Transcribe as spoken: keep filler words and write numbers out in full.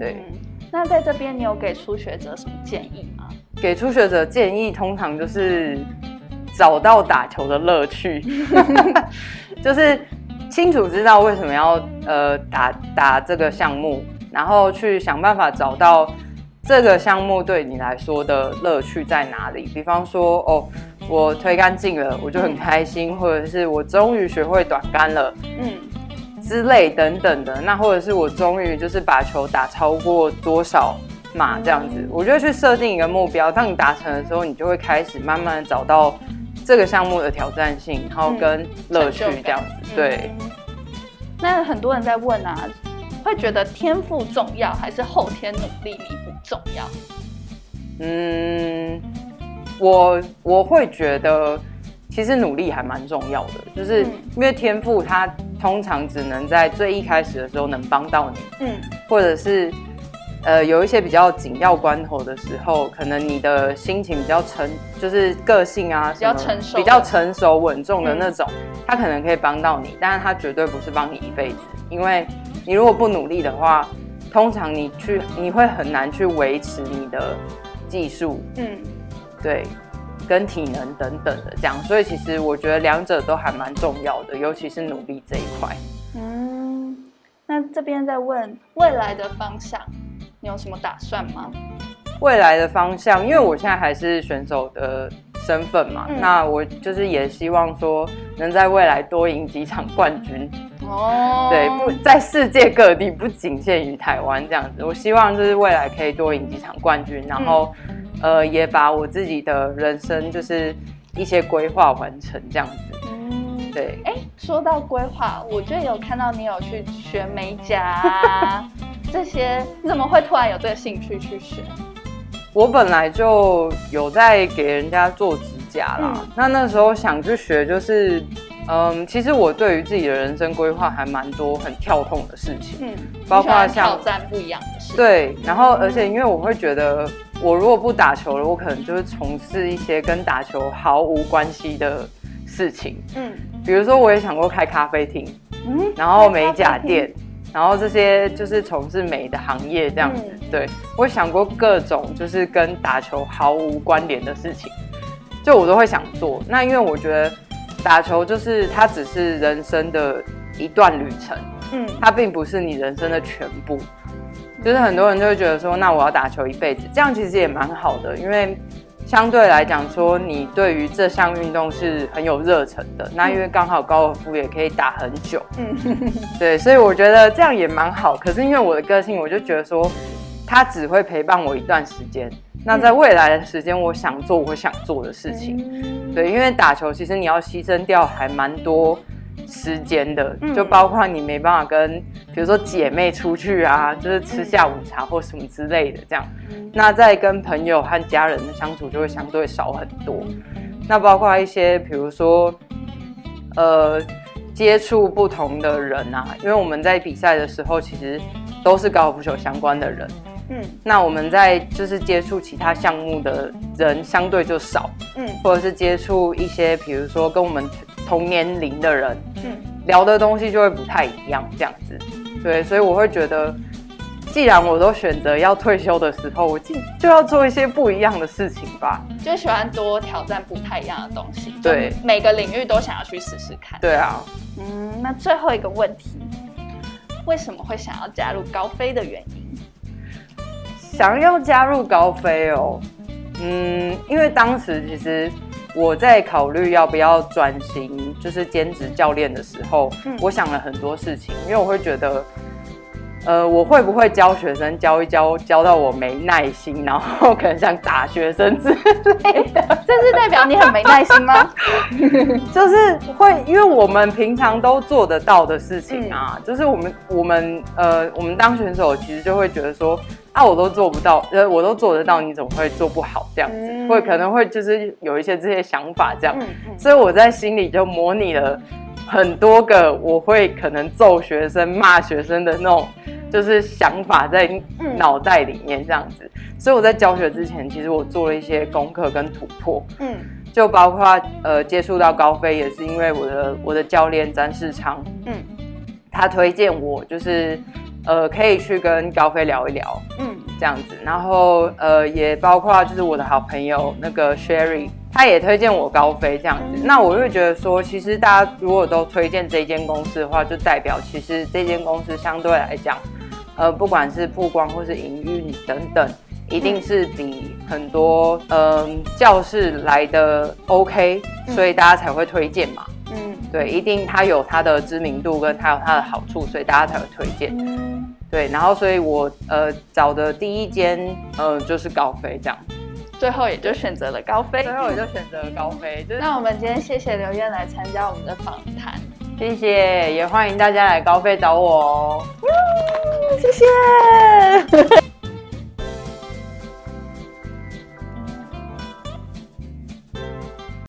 对。 嗯，那在这边你有给初学者什么建议吗？ 给初学者建议，通常就是找到打球的乐趣，就是清楚知道为什么要呃打打这个项目，然后去想办法找到这个项目对你来说的乐趣在哪里。比方说，哦，我推杆进了，我就很开心，或者是我终于学会短杆了，嗯。之类等等的，那或者是我终于就是把球打超过多少码这样子，我就会去设定一个目标。当你达成的时候，你就会开始慢慢找到这个项目的挑战性，然后跟乐趣这样子。对。 嗯、那很多人在问啊，会觉得天赋重要还是后天努力弥补重要？ 嗯，我我会觉得。其实努力还蛮重要的，就是因为天赋它通常只能在最一开始的时候能帮到你，嗯，或者是呃有一些比较紧要关头的时候，可能你的心情比较成，就是个性啊， 比较成熟， 比较成熟稳重的那种，它可能可以帮到你，但是它绝对不是帮你一辈子，因为你如果不努力的话，通常你去你会很难去维持你的技术，嗯，对。跟体能等等的这样，所以其实我觉得两者都还蛮重要的，尤其是努力这一块。 嗯，那这边在问未来的方向，你有什么打算吗？ 未来的方向，因为我现在还是选手的身份嘛，嗯、那我就是也希望说能在未来多赢几场冠军。哦，对，不在世界各地，不仅限于台湾这样子。我希望就是未来可以多赢几场冠军，然后。嗯呃，也把我自己的人生就是一些规划完成这样子。嗯，对。 哎，说到规划，我就有看到你有去学美甲啊，这些，你怎么会突然有这个兴趣去学？ 我本来就有在给人家做指甲啦，嗯、那那时候想去学，就是嗯，其实我对于自己的人生规划还蛮多很跳痛的事情，嗯，包括像挑战不一样的事。 对，然后而且因为我会觉得。我如果不打球了，我可能就是从事一些跟打球毫无关系的事情。嗯，比如说我也想过开咖啡厅，嗯，然后美甲店，然后这些就是从事美的行业这样子。嗯、对，我想过各种就是跟打球毫无关联的事情，就我都会想做。那因为我觉得打球就是它只是人生的一段旅程，嗯，它并不是你人生的全部。就是很多人就会觉得说，那我要打球一辈子，这样其实也蛮好的，因为相对来讲说，你对于这项运动是很有热忱的。那因为刚好高尔夫也可以打很久，嗯，对，所以我觉得这样也蛮好。可是因为我的个性，我就觉得说，它只会陪伴我一段时间。那在未来的时间，我想做我想做的事情，对，因为打球其实你要牺牲掉还蛮多。时间的，就包括你没办法跟，比如说姐妹出去啊，就是吃下午茶或什么之类的这样。那再跟朋友和家人的相处就会相对少很多。那包括一些，比如说，呃，接触不同的人啊，因为我们在比赛的时候其实都是高尔夫球相关的人。嗯，那我们在就是接触其他项目的人相对就少，嗯，或者是接触一些比如说跟我们同年龄的人，嗯，聊的东西就会不太一样，这样子，对，所以我会觉得，既然我都选择要退休的时候，我就就要做一些不一样的事情吧， 就喜欢多挑战不太一样的东西， 对， 每个领域都想要去试试看， 对啊， 嗯，那最后一个问题，为什么会想要加入高飞的原因？ 想要加入高飞哦，嗯，因为当时其实我在考虑要不要转型，就是兼职教练的时候，嗯、我想了很多事情，因为我会觉得，呃，我会不会教学生教一教，教到我没耐心，然后可能像打学生之类的， 这是代表你很没耐心吗？ 就是会，因为我们平常都做得到的事情啊，嗯、就是我们我们呃，我们当选手其实就会觉得说。啊，我都做不到，呃，我都做得到，你怎么会做不好这样子？嗯、或者可能会就是有一些这些想法这样，嗯嗯、所以我在心里就模拟了很多个我会可能揍学生、骂学生的那种就是想法在脑袋里面这样子。嗯、所以我在教学之前，其实我做了一些功课跟突破，嗯，就包括呃接触到高飞，也是因为我的我的教练詹世昌，嗯，他推荐我就是。 呃可以去跟高飞聊一聊，嗯，这样子。然后呃也包括就是我的好朋友那个 Sherry， 他也推荐我高飞这样子。那我会觉得说，其实大家如果都推荐这间公司的话，就代表其实这间公司相对来讲，呃不管是曝光或是营运等等。一定是比很多嗯、呃、教室来的 OK，、嗯、所以大家才会推荐嘛。嗯，对，一定它有它的知名度跟它有它的好处，所以大家才会推荐。嗯，对，然后所以我呃找的第一间呃就是高飞这样， 最后也就选择了高飞。 最后也就选择了高飞。就是、 那我们今天谢谢刘燕来参加我们的访谈， 谢谢，也欢迎大家来高飞找我哦。 谢谢。